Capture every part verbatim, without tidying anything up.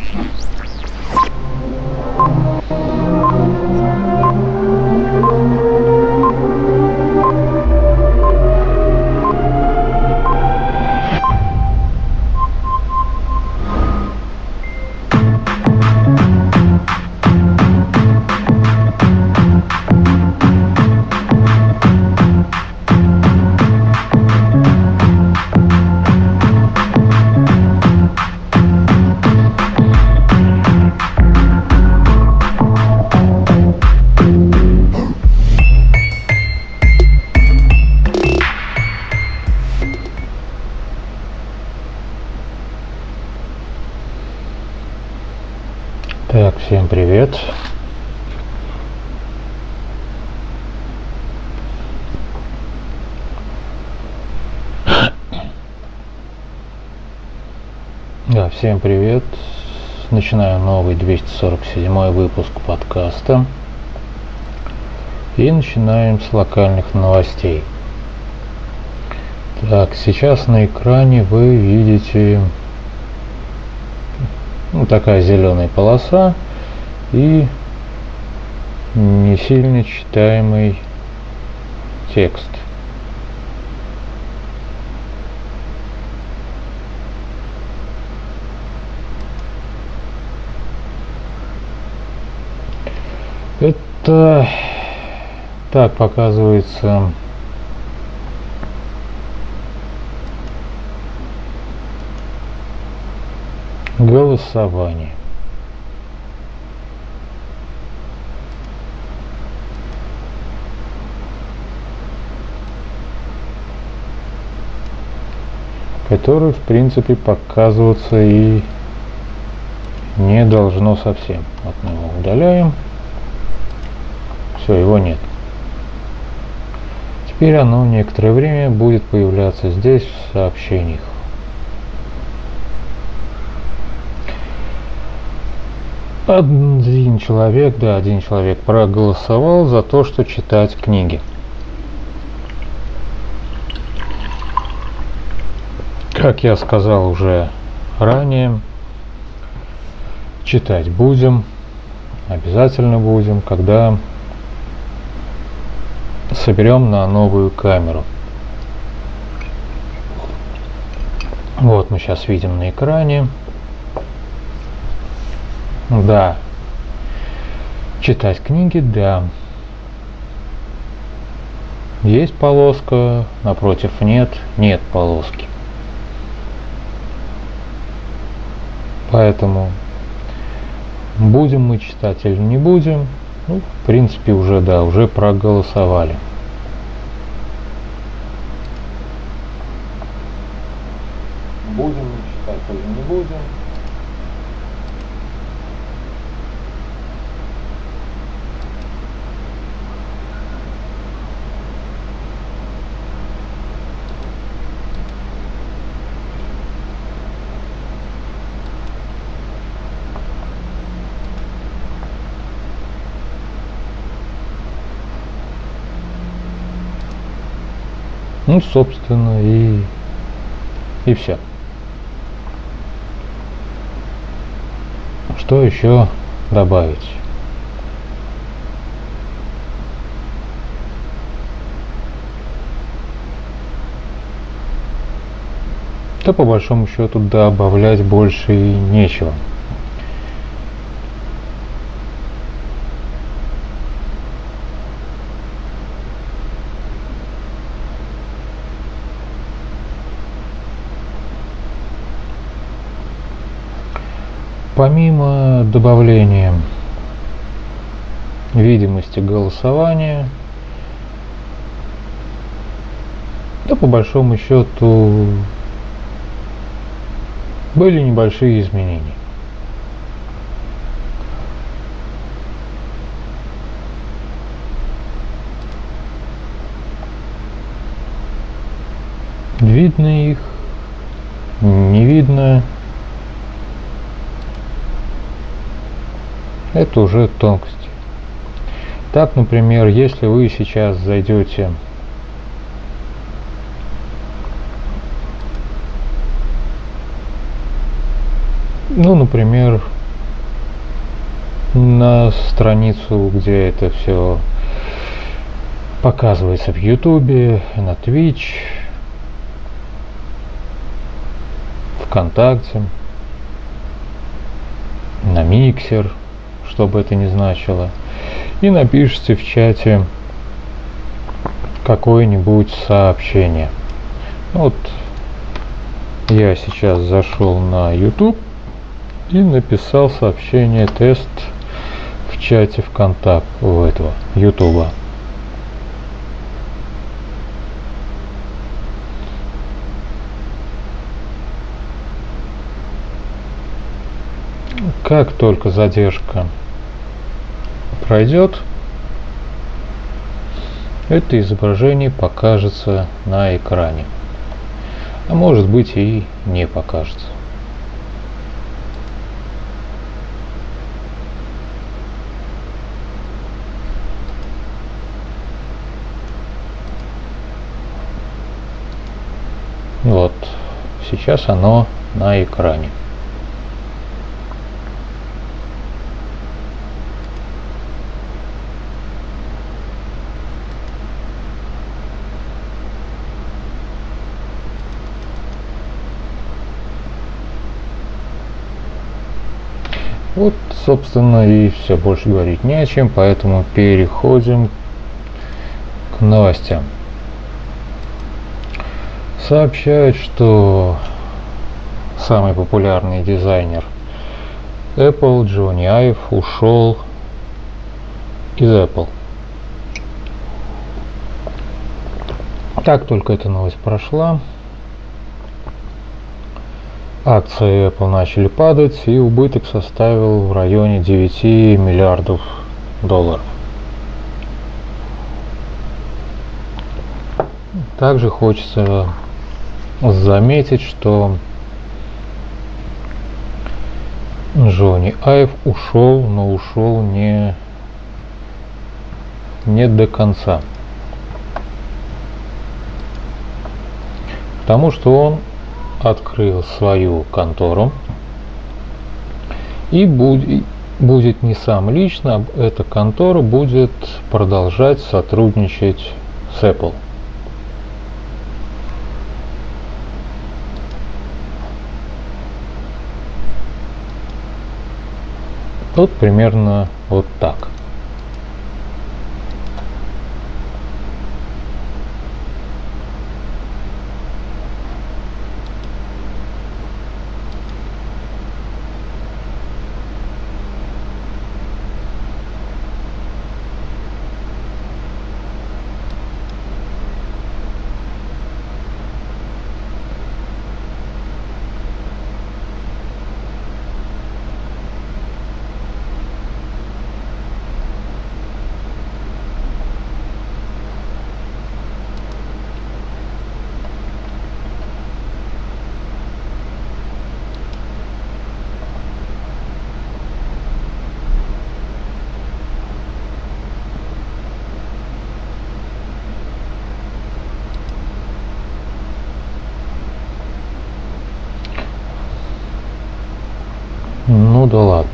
Так, всем привет. Да, всем привет. Начинаем новый двести сорок седьмой выпуск подкаста. И начинаем с локальных новостей. Так, сейчас на экране вы видите ну, такая зеленая полоса и не сильно читаемый текст. Это так показывается голосование. Которое, в принципе, показываться и не должно совсем. Вот мы его удаляем. Все, его нет. Теперь оно некоторое время будет появляться здесь в сообщениях. Один человек, да, один человек проголосовал за то, что читать книги. Как я сказал уже ранее, читать будем, обязательно будем, когда соберем на новую камеру. Вот мы сейчас видим на экране. Да. Читать книги, да. Есть полоска, напротив нет, нет полоски. Поэтому будем мы читать или не будем, ну, в принципе, уже, да, уже проголосовали. Будем мы читать или не будем. Ну, собственно, и, и все. Что еще добавить? Да, по большому счету, добавлять больше и нечего. Помимо добавления видимости голосования, да, по большому счету, были небольшие изменения. Видно их, не видно. Это уже тонкости. Так, например, если вы сейчас зайдете ну, например, на страницу, где это все показывается в Ютубе, на Twitch, ВКонтакте, на Миксер, что бы это ни значило, и напишите в чате какое-нибудь сообщение. Вот я сейчас зашел на YouTube и написал сообщение тест в чате ВКонтакте у этого Ютуба. Как только задержка пройдет, это изображение покажется на экране. А может быть и не покажется. Вот, сейчас оно на экране. Вот, собственно, и все, больше говорить не о чем, поэтому переходим к новостям. Сообщают, что самый популярный дизайнер Apple, Джонни Айв, ушел из Apple. Как только эта новость прошла, акции Apple начали падать, и убыток составил в районе девяти миллиардов долларов. Также хочется заметить, что Джонни Айв ушел, но ушел не, не до конца. Потому что он открыл свою контору и будет, будет не сам лично, а эта контора будет продолжать сотрудничать с Apple. Тут примерно вот так. Ну да ладно.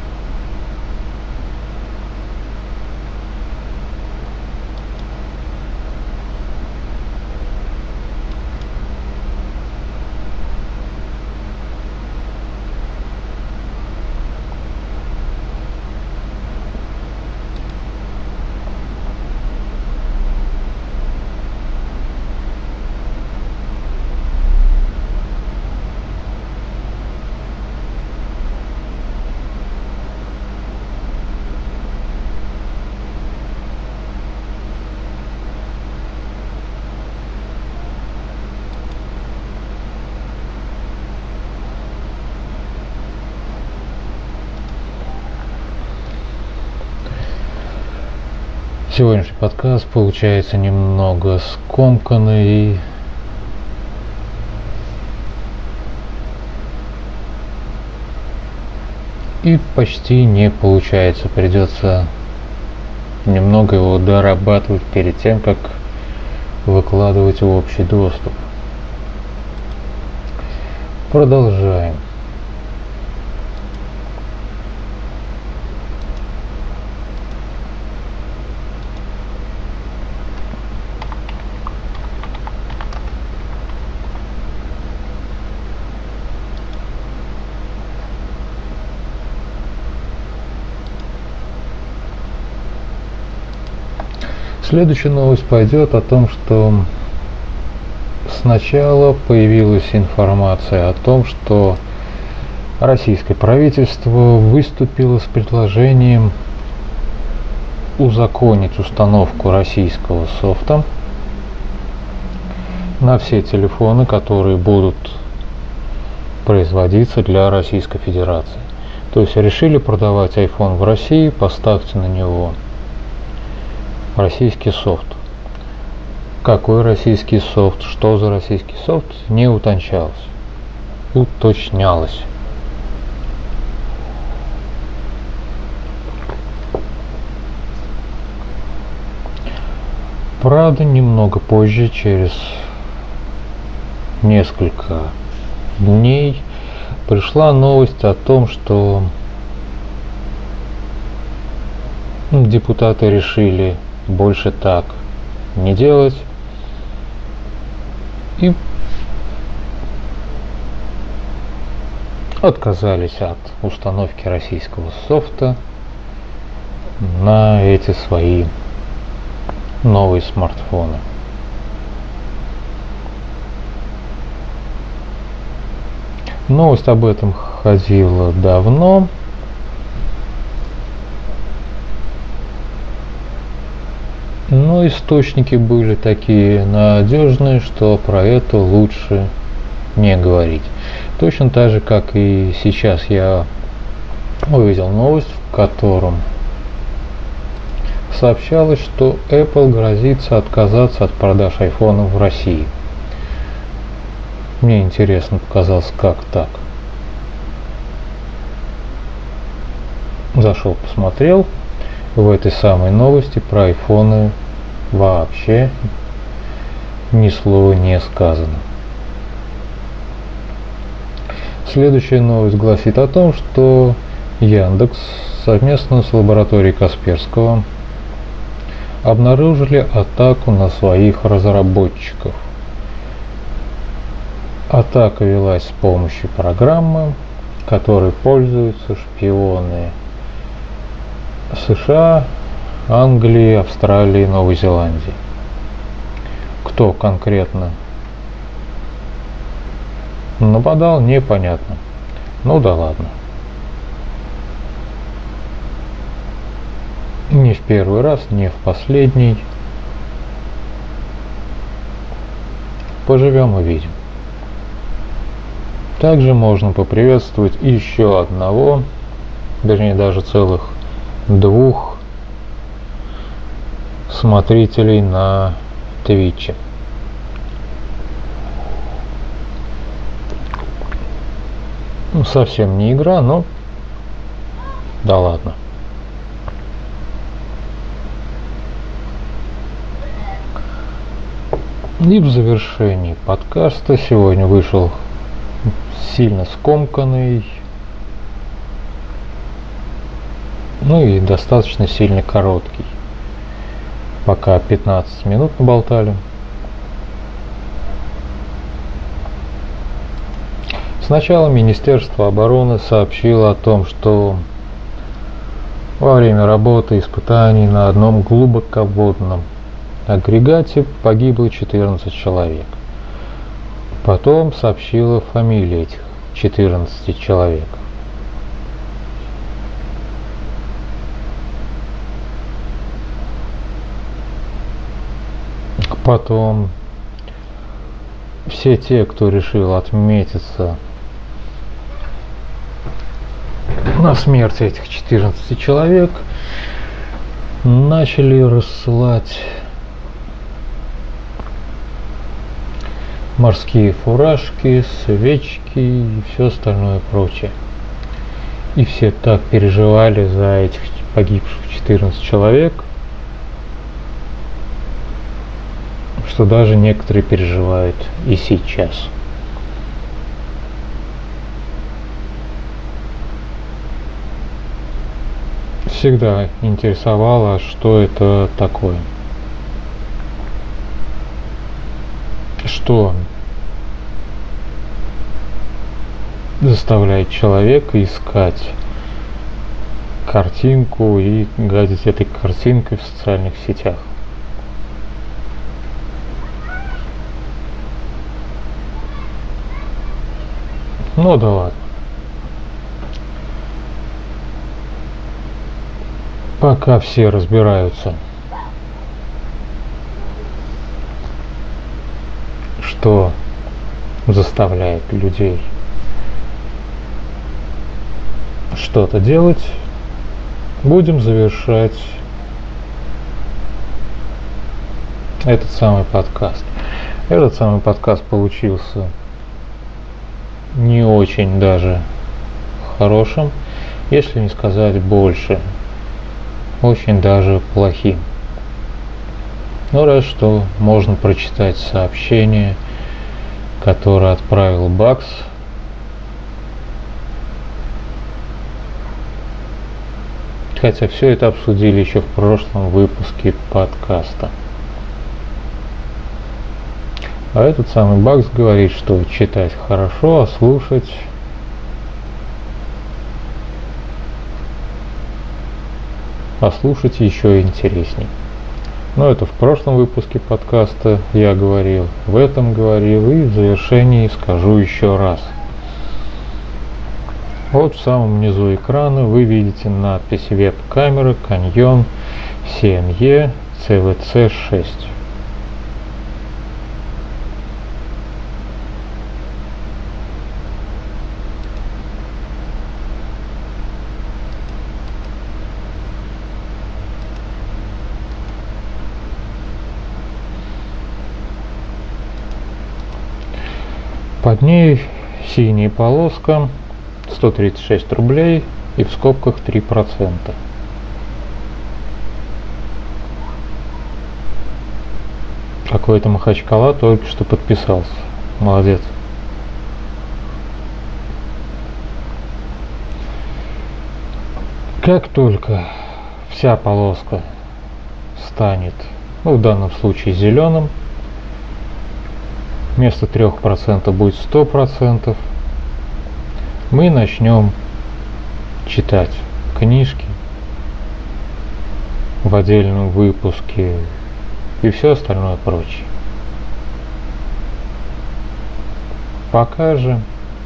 Сегодняшний подкаст получается немного скомканный и и почти не получается. Придется немного его дорабатывать перед тем, как выкладывать в общий доступ. Продолжаем. Следующая новость пойдет о том, что сначала появилась информация о том, что российское правительство выступило с предложением узаконить установку российского софта на все телефоны, которые будут производиться для Российской Федерации. То есть решили продавать iPhone в России, поставьте на него российский софт. Какой российский софт, что за российский софт, не уточнялось. Уточнялось. Правда, немного позже, через несколько дней, пришла новость о том, что депутаты решили больше так не делать и отказались от установки российского софта на эти свои новые смартфоны. Новость об этом ходила давно. Но источники были такие надежные, что про это лучше не говорить. Точно так же, как и сейчас я увидел новость, в котором сообщалось, что Apple грозится отказаться от продаж айфонов в России. Мне интересно показалось, как так. Зашел, посмотрел. В этой самой новости про айфоны вообще ни слова не сказано. Следующая новость гласит о том, что Яндекс совместно с лабораторией Касперского обнаружили атаку на своих разработчиков. Атака велась с помощью программы, которой пользуются шпионы США, Англии, Австралии, Новой Зеландии. Кто конкретно нападал, непонятно. Ну да ладно. Не в первый раз, не в последний. Поживем и видим. Также можно поприветствовать еще одного, вернее даже целых двух смотрителей на Твиче. Ну, совсем не игра, но да ладно. И в завершении подкаста сегодня вышел сильно скомканный, ну и достаточно сильно короткий. Пока пятнадцать минут наболтали. Сначала Министерство обороны сообщило о том, что во время работы испытаний на одном глубоководном агрегате погибло четырнадцать человек. Потом сообщила фамилии этих четырнадцати человек. Потом все те, кто решил отметиться на смерти этих четырнадцати человек, начали рассылать морские фуражки, свечки и все остальное прочее. И все так переживали за этих погибших четырнадцать человек, что даже некоторые переживают и сейчас. Всегда интересовало, что это такое. Что заставляет человека искать картинку и гадить этой картинкой в социальных сетях. Ну да ладно. Пока все разбираются, что заставляет людей что-то делать, будем завершать этот самый подкаст. Этот самый подкаст получился не очень даже хорошим, если не сказать больше, очень даже плохим. Ну, раз что можно прочитать сообщение, которое отправил Бакс. Хотя все это обсудили еще в прошлом выпуске подкаста. А этот самый Бакс говорит, что читать хорошо, а слушать а слушать еще интересней. Но это в прошлом выпуске подкаста я говорил, в этом говорил и в завершении скажу еще раз. Вот в самом низу экрана вы видите надпись веб-камеры Canyon си эн и си ви си шесть. Под ней синяя полоска, сто тридцать шесть рублей и в скобках три процента. Какой-то Махачкала только что подписался. Молодец. Как только вся полоска станет, ну, в данном случае зеленым, вместо трех процентов будет сто процентов, мы начнем читать книжки в отдельном выпуске и все остальное прочее. Пока же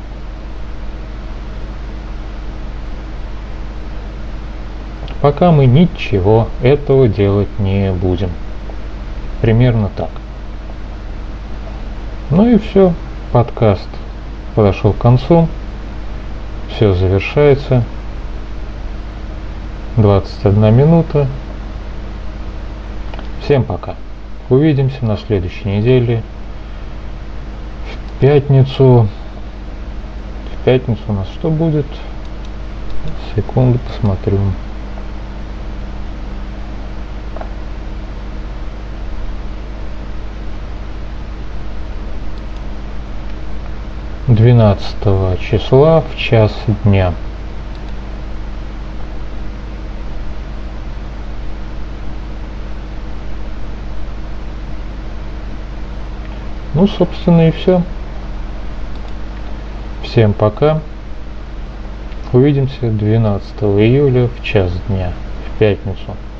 пока мы ничего этого делать не будем. Примерно так. Ну и все, подкаст подошел к концу, все завершается, двадцать одна минута. Всем пока, увидимся на следующей неделе, в пятницу, в пятницу у нас что будет? Секунду, посмотрю. двенадцатого числа в час дня. Ну, собственно, и все. Всем пока. Увидимся двенадцатого июля в час дня, в пятницу.